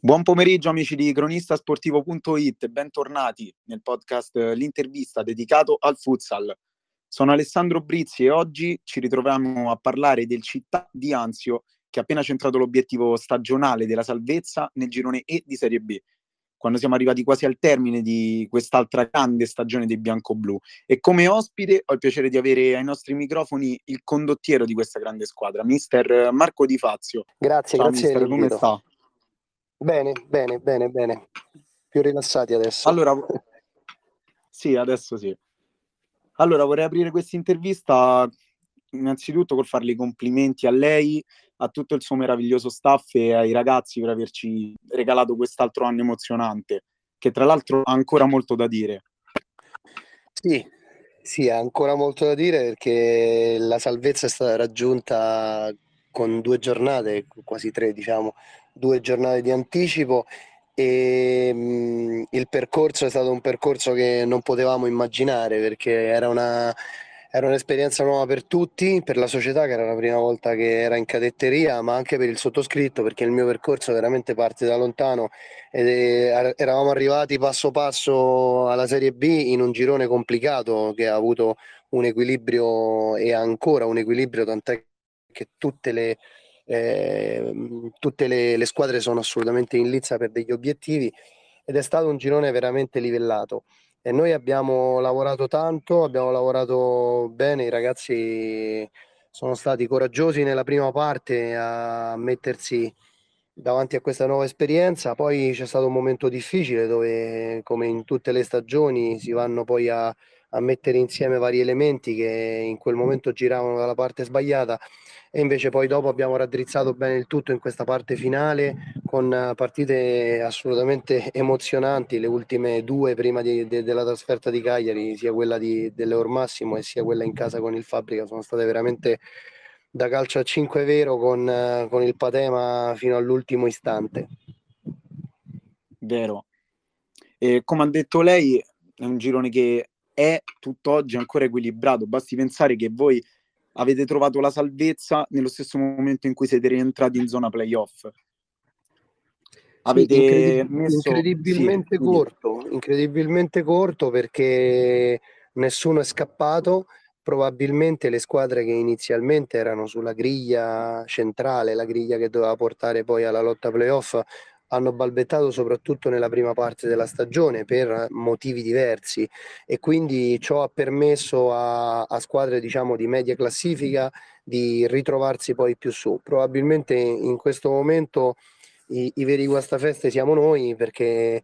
Buon pomeriggio amici di cronistasportivo.it e bentornati nel podcast L'intervista dedicato al futsal. Sono Alessandro Brizzi e oggi ci ritroviamo a parlare del Città di Anzio che ha appena centrato l'obiettivo stagionale della salvezza nel girone E di Serie B, quando siamo arrivati quasi al termine di quest'altra grande stagione dei biancoblù. E come ospite ho il piacere di avere ai nostri microfoni il condottiero di questa grande squadra, mister Marco Di Fazio. Grazie Ciao mister, come dell'invito. sta? Bene. Più rilassati adesso. Allora, sì, adesso sì. Allora, vorrei aprire questa intervista innanzitutto col farle i complimenti a lei, a tutto il suo meraviglioso staff e ai ragazzi per averci regalato quest'altro anno emozionante, che tra l'altro ha ancora molto da dire. Sì, ha ancora molto da dire perché la salvezza è stata raggiunta con 2 giornate, quasi 3 diciamo, 2 giornate di anticipo e il percorso è stato un percorso che non potevamo immaginare perché era un'esperienza nuova per tutti, per la società che era la prima volta che era in cadetteria, ma anche per il sottoscritto perché il mio percorso veramente parte da lontano ed eravamo arrivati passo passo alla Serie B in un girone complicato che ha avuto un equilibrio e ha ancora un equilibrio, tant'è che tutte le squadre sono assolutamente in lizza per degli obiettivi ed è stato un girone veramente livellato. E noi abbiamo lavorato tanto, abbiamo lavorato bene, i ragazzi sono stati coraggiosi nella prima parte a mettersi davanti a questa nuova esperienza. Poi c'è stato un momento difficile dove, come in tutte le stagioni, si vanno poi a mettere insieme vari elementi che in quel momento giravano dalla parte sbagliata e invece poi dopo abbiamo raddrizzato bene il tutto in questa parte finale con partite assolutamente emozionanti, le ultime due prima della trasferta di Cagliari, sia quella dell'Eur Massimo e sia quella in casa con il Fabbrica, sono state veramente da calcio a 5 vero con il patema fino all'ultimo istante. Vero. E come ha detto lei, è un girone che è tutt'oggi ancora equilibrato. Basti pensare che voi avete trovato la salvezza nello stesso momento in cui siete rientrati in zona playoff. Sì, Avete messo... Sì, incredibilmente corto perché nessuno è scappato. Probabilmente le squadre che inizialmente erano sulla griglia centrale, la griglia che doveva portare poi alla lotta playoff, hanno balbettato soprattutto nella prima parte della stagione per motivi diversi e quindi ciò ha permesso a squadre diciamo di media classifica di ritrovarsi poi più su. Probabilmente in questo momento i veri guastafeste siamo noi perché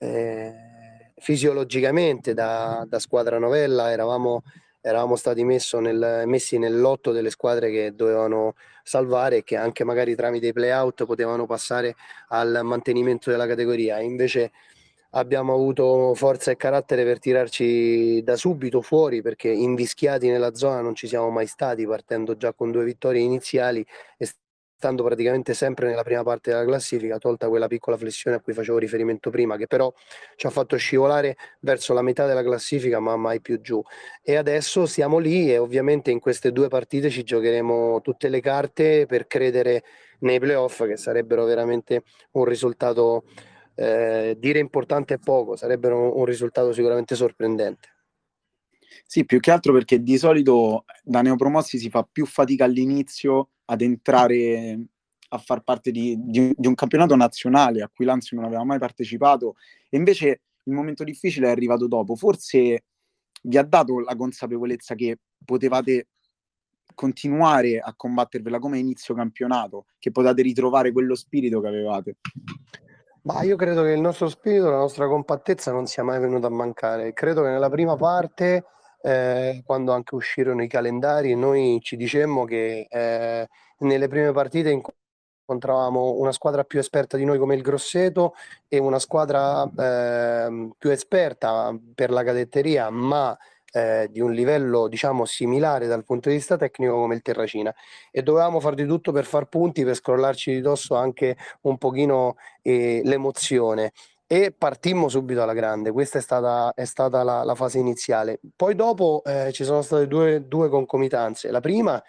fisiologicamente da squadra novella eravamo stati messi nel lotto delle squadre che dovevano salvare e che anche magari tramite i play-out potevano passare al mantenimento della categoria. Invece abbiamo avuto forza e carattere per tirarci da subito fuori perché invischiati nella zona non ci siamo mai stati, partendo già con 2 vittorie iniziali e stando praticamente sempre nella prima parte della classifica, tolta quella piccola flessione a cui facevo riferimento prima, che però ci ha fatto scivolare verso la metà della classifica, ma mai più giù. E adesso siamo lì e ovviamente in queste 2 partite ci giocheremo tutte le carte per credere nei playoff, che sarebbero veramente un risultato, dire importante è poco, sarebbero un risultato sicuramente sorprendente. Sì, più che altro perché di solito da neopromossi si fa più fatica all'inizio ad entrare a far parte di un campionato nazionale a cui l'Anzio non aveva mai partecipato e invece il momento difficile è arrivato dopo. Forse vi ha dato la consapevolezza che potevate continuare a combattervela come inizio campionato, che potete ritrovare quello spirito che avevate. Ma io credo che il nostro spirito, la nostra compattezza non sia mai venuta a mancare. Credo che nella prima parte, quando anche uscirono i calendari, noi ci dicemmo che nelle prime partite incontravamo una squadra più esperta di noi come il Grosseto e una squadra più esperta per la cadetteria, ma di un livello diciamo similare dal punto di vista tecnico come il Terracina e dovevamo far di tutto per far punti, per scrollarci di dosso anche un pochino l'emozione e partimmo subito alla grande. Questa è stata la fase iniziale. Poi dopo ci sono state due concomitanze. La prima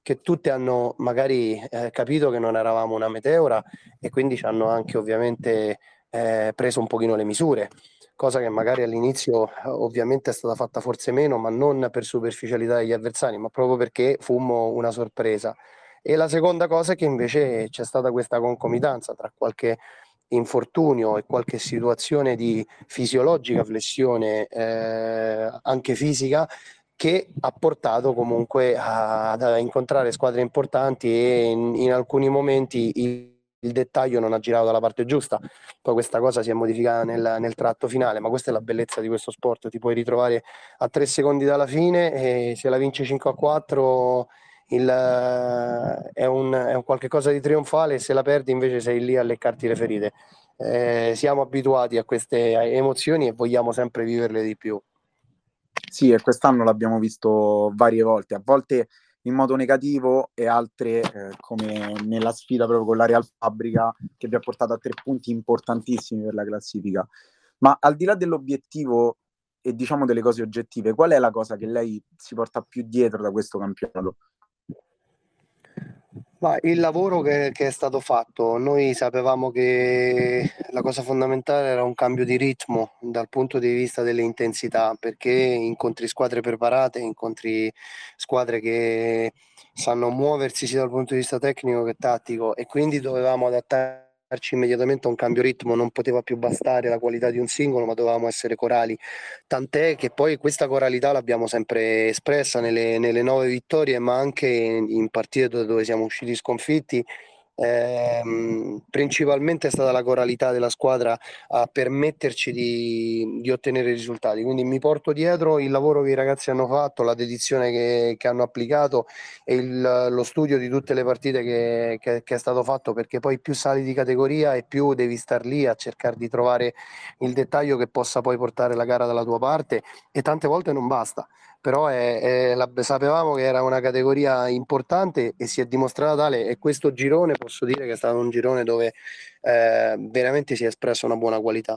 che tutte hanno magari capito che non eravamo una meteora e quindi ci hanno anche ovviamente preso un pochino le misure, cosa che magari all'inizio ovviamente è stata fatta forse meno, ma non per superficialità degli avversari, ma proprio perché fummo una sorpresa. E la seconda cosa è che invece c'è stata questa concomitanza tra qualche infortunio e qualche situazione di fisiologica flessione, anche fisica, che ha portato comunque ad incontrare squadre importanti e in alcuni momenti il dettaglio non ha girato dalla parte giusta. Poi questa cosa si è modificata nel tratto finale, ma questa è la bellezza di questo sport, ti puoi ritrovare a 3 secondi dalla fine e se la vince 5-4 è un qualche cosa di trionfale, e se la perdi invece sei lì a leccarti le ferite. Siamo abituati a queste emozioni e vogliamo sempre viverle di più. Sì, e quest'anno l'abbiamo visto varie volte, a volte in modo negativo e altre come nella sfida proprio con la Real Fabbrica che vi ha portato a 3 punti importantissimi per la classifica. Ma al di là dell'obiettivo e diciamo delle cose oggettive, qual è la cosa che lei si porta più dietro da questo campionato? Ma il lavoro che è stato fatto, noi sapevamo che la cosa fondamentale era un cambio di ritmo dal punto di vista delle intensità, perché incontri squadre preparate, incontri squadre che sanno muoversi sia dal punto di vista tecnico che tattico e quindi dovevamo adattarci immediatamente a un cambio ritmo, non poteva più bastare la qualità di un singolo, ma dovevamo essere corali. Tant'è che poi questa coralità l'abbiamo sempre espressa nelle 9 vittorie, ma anche in partite dove siamo usciti sconfitti. Principalmente è stata la coralità della squadra a permetterci di ottenere risultati. Quindi mi porto dietro il lavoro che i ragazzi hanno fatto, la dedizione che hanno applicato e lo studio di tutte le partite che è stato fatto, perché poi più sali di categoria e più devi star lì a cercare di trovare il dettaglio che possa poi portare la gara dalla tua parte e tante volte non basta. Però sapevamo che era una categoria importante e si è dimostrata tale e questo girone posso dire che è stato un girone dove veramente si è espressa una buona qualità.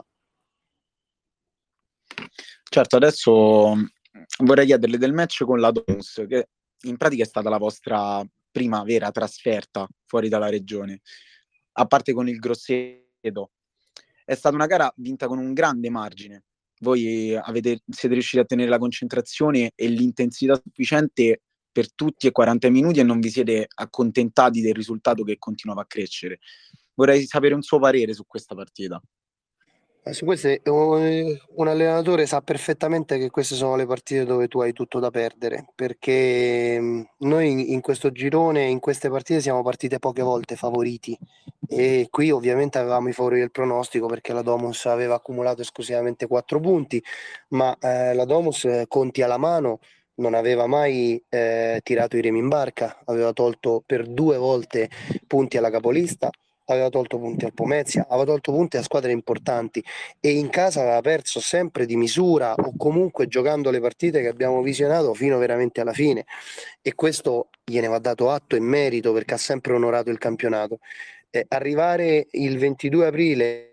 Certo, adesso vorrei chiederle del match con la Domus, che in pratica è stata la vostra prima vera trasferta fuori dalla regione, a parte con il Grosseto. È stata una gara vinta con un grande margine. Voi siete riusciti a tenere la concentrazione e l'intensità sufficiente per tutti e 40 minuti e non vi siete accontentati del risultato che continuava a crescere. Vorrei sapere un suo parere su questa partita. Su queste, un allenatore sa perfettamente che queste sono le partite dove tu hai tutto da perdere, perché noi in questo girone, in queste partite siamo partite poche volte favoriti e qui ovviamente avevamo i favori del pronostico perché la Domus aveva accumulato esclusivamente 4 punti, ma la Domus conti alla mano non aveva mai tirato i remi in barca, aveva tolto per 2 volte punti alla capolista, aveva tolto punti al Pomezia, aveva tolto punti a squadre importanti e in casa aveva perso sempre di misura o comunque giocando le partite che abbiamo visionato fino veramente alla fine e questo gliene va dato atto e merito perché ha sempre onorato il campionato. Arrivare il 22 aprile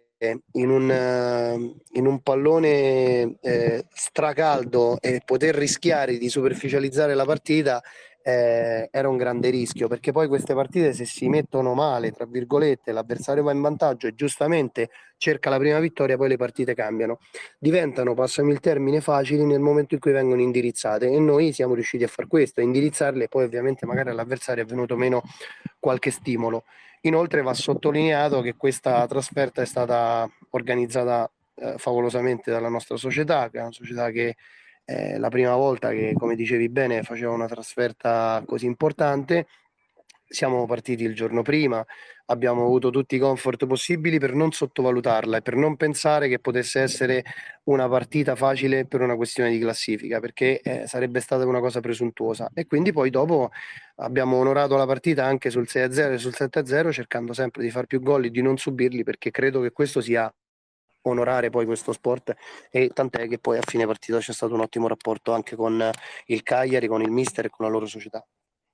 in un pallone stracaldo e poter rischiare di superficializzare la partita era un grande rischio perché poi queste partite se si mettono male, tra virgolette, l'avversario va in vantaggio e giustamente cerca la prima vittoria, poi le partite cambiano, diventano, passami il termine, facili nel momento in cui vengono indirizzate e noi siamo riusciti a far questo, a indirizzarle e poi ovviamente magari all'avversario è venuto meno qualche stimolo. Inoltre va sottolineato che questa trasferta è stata organizzata favolosamente dalla nostra società, che è una società che la prima volta che, come dicevi bene, faceva una trasferta così importante. Siamo partiti il giorno prima, abbiamo avuto tutti i comfort possibili per non sottovalutarla e per non pensare che potesse essere una partita facile per una questione di classifica, perché sarebbe stata una cosa presuntuosa. E quindi poi dopo abbiamo onorato la partita anche sul 6-0 e sul 7-0, cercando sempre di far più gol e di non subirli, perché credo che questo sia onorare poi questo sport e tant'è che poi a fine partita c'è stato un ottimo rapporto anche con il Cagliari, con il mister e con la loro società.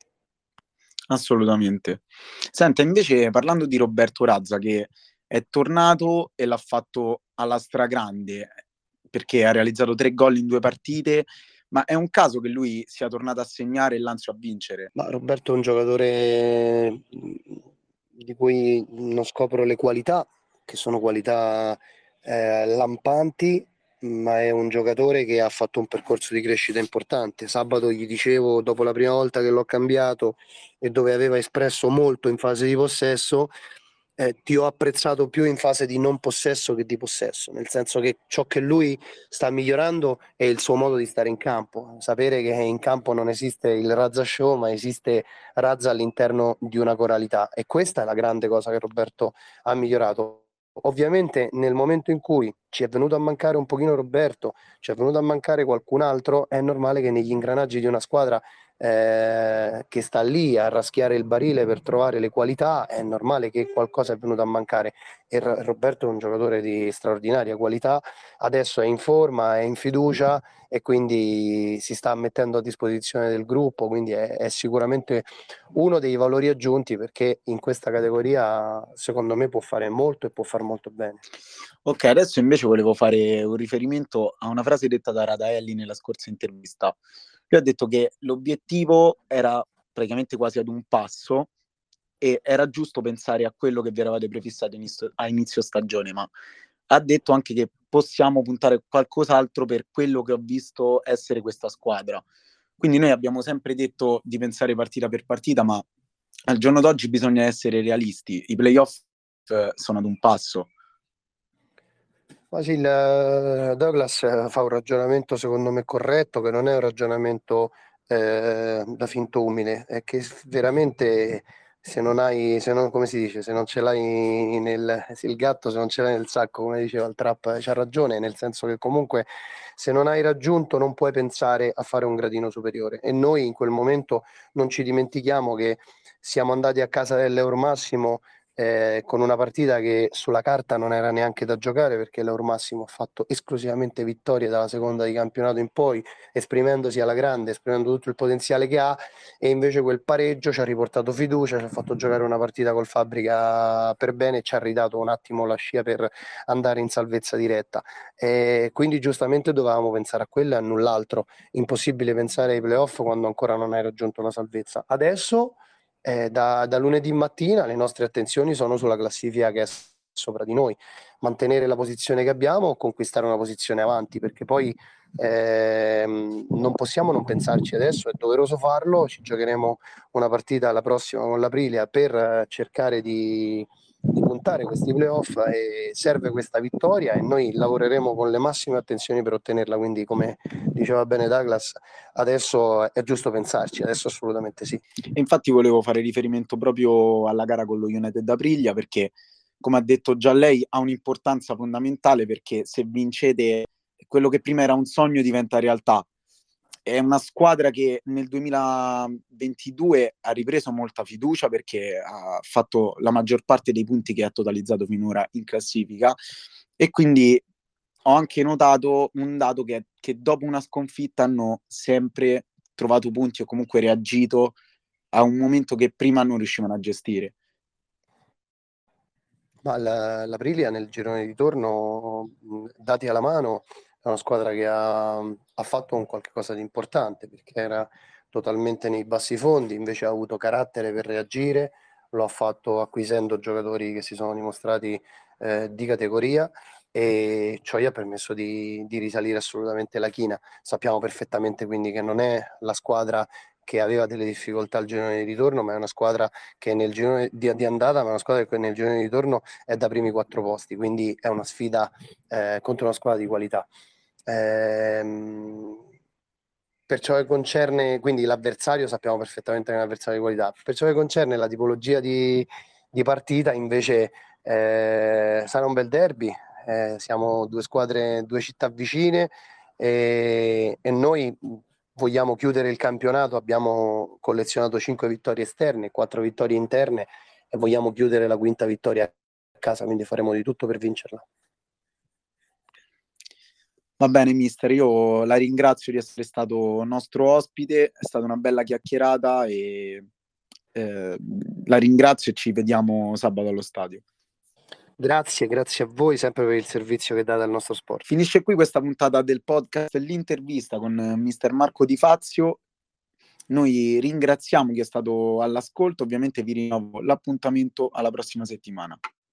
Assolutamente. Senta, invece parlando di Roberto Razza che è tornato e l'ha fatto alla stragrande perché ha realizzato 3 gol in 2 partite, Ma è un caso che lui sia tornato a segnare e il Lazio a vincere? Ma Roberto è un giocatore di cui non scopro le qualità, che sono qualità lampanti, ma è un giocatore che ha fatto un percorso di crescita importante. Sabato gli dicevo, dopo la prima volta che l'ho cambiato e dove aveva espresso molto in fase di possesso, ti ho apprezzato più in fase di non possesso che di possesso, nel senso che ciò che lui sta migliorando è il suo modo di stare in campo, sapere che in campo non esiste il Razza Show, ma esiste Razza all'interno di una coralità, e questa è la grande cosa che Roberto ha migliorato. Ovviamente nel momento in cui ci è venuto a mancare un pochino Roberto, ci è venuto a mancare qualcun altro, è normale che negli ingranaggi di una squadra che sta lì a raschiare il barile per trovare le qualità, è normale che qualcosa è venuto a mancare, e Roberto è un giocatore di straordinaria qualità, adesso è in forma, è in fiducia e quindi si sta mettendo a disposizione del gruppo, quindi è sicuramente uno dei valori aggiunti, perché in questa categoria secondo me può fare molto e può far molto bene. Ok, adesso invece volevo fare un riferimento a una frase detta da Radaelli nella scorsa intervista. Lui ha detto che l'obiettivo era praticamente quasi ad un passo e era giusto pensare a quello che vi eravate prefissati a inizio stagione, ma ha detto anche che possiamo puntare a qualcos'altro per quello che ho visto essere questa squadra. Quindi noi abbiamo sempre detto di pensare partita per partita, ma al giorno d'oggi bisogna essere realisti. I playoff sono ad un passo. Ma sì, Douglas fa un ragionamento secondo me corretto, che non è un ragionamento da finto umile, è che veramente se non hai, se non, come si dice, se non ce l'hai se il gatto, se non ce l'hai nel sacco, come diceva il trap, c'ha ragione, nel senso che comunque se non hai raggiunto non puoi pensare a fare un gradino superiore, e noi in quel momento non ci dimentichiamo che siamo andati a casa dell'Eurmassimo con una partita che sulla carta non era neanche da giocare, perché l'Eur Massimo ha fatto esclusivamente vittorie dalla seconda di campionato in poi, esprimendosi alla grande, esprimendo tutto il potenziale che ha, e invece quel pareggio ci ha riportato fiducia, ci ha fatto giocare una partita col Fabbrica per bene e ci ha ridato un attimo la scia per andare in salvezza diretta. Quindi giustamente dovevamo pensare a quello e a null'altro. Impossibile pensare ai playoff quando ancora non hai raggiunto la salvezza. Adesso da lunedì mattina le nostre attenzioni sono sulla classifica che è sopra di noi, mantenere la posizione che abbiamo o conquistare una posizione avanti, perché poi non possiamo non pensarci adesso, è doveroso farlo, ci giocheremo una partita la prossima con l'Aprilia per cercare di puntare questi playoff, e serve questa vittoria e noi lavoreremo con le massime attenzioni per ottenerla, quindi come diceva bene Douglas, adesso è giusto pensarci, adesso assolutamente sì. E infatti volevo fare riferimento proprio alla gara con lo United d'Aprilia perché, come ha detto già lei, ha un'importanza fondamentale perché se vincete quello che prima era un sogno diventa realtà. È una squadra che nel 2022 ha ripreso molta fiducia perché ha fatto la maggior parte dei punti che ha totalizzato finora in classifica e quindi ho anche notato un dato che dopo una sconfitta hanno sempre trovato punti o comunque reagito a un momento che prima non riuscivano a gestire. Ma l'Aprilia nel girone di ritorno, dati alla mano, è una squadra che ha fatto un qualche cosa di importante, perché era totalmente nei bassi fondi, invece ha avuto carattere per reagire, lo ha fatto acquisendo giocatori che si sono dimostrati di categoria, e ciò gli ha permesso di risalire assolutamente la china. Sappiamo perfettamente quindi che non è la squadra che aveva delle difficoltà al girone di ritorno, ma è una squadra che nel girone di andata, ma è una squadra che nel girone di ritorno è da primi 4 posti, quindi è una sfida contro una squadra di qualità. Per ciò che concerne, quindi l'avversario, sappiamo perfettamente che è un avversario di qualità. Per ciò che concerne la tipologia di partita, invece, sarà un bel derby. Siamo due squadre, due città vicine, e noi vogliamo chiudere il campionato. Abbiamo collezionato 5 vittorie esterne, 4 vittorie interne, e vogliamo chiudere la quinta vittoria a casa, quindi faremo di tutto per vincerla. Va bene, mister, io la ringrazio di essere stato nostro ospite, è stata una bella chiacchierata e la ringrazio e ci vediamo sabato allo stadio. Grazie a voi sempre per il servizio che date al nostro sport. Finisce qui questa puntata del podcast L'intervista con mister Marco Di Fazio. Noi ringraziamo chi è stato all'ascolto, ovviamente vi rinnovo l'appuntamento alla prossima settimana.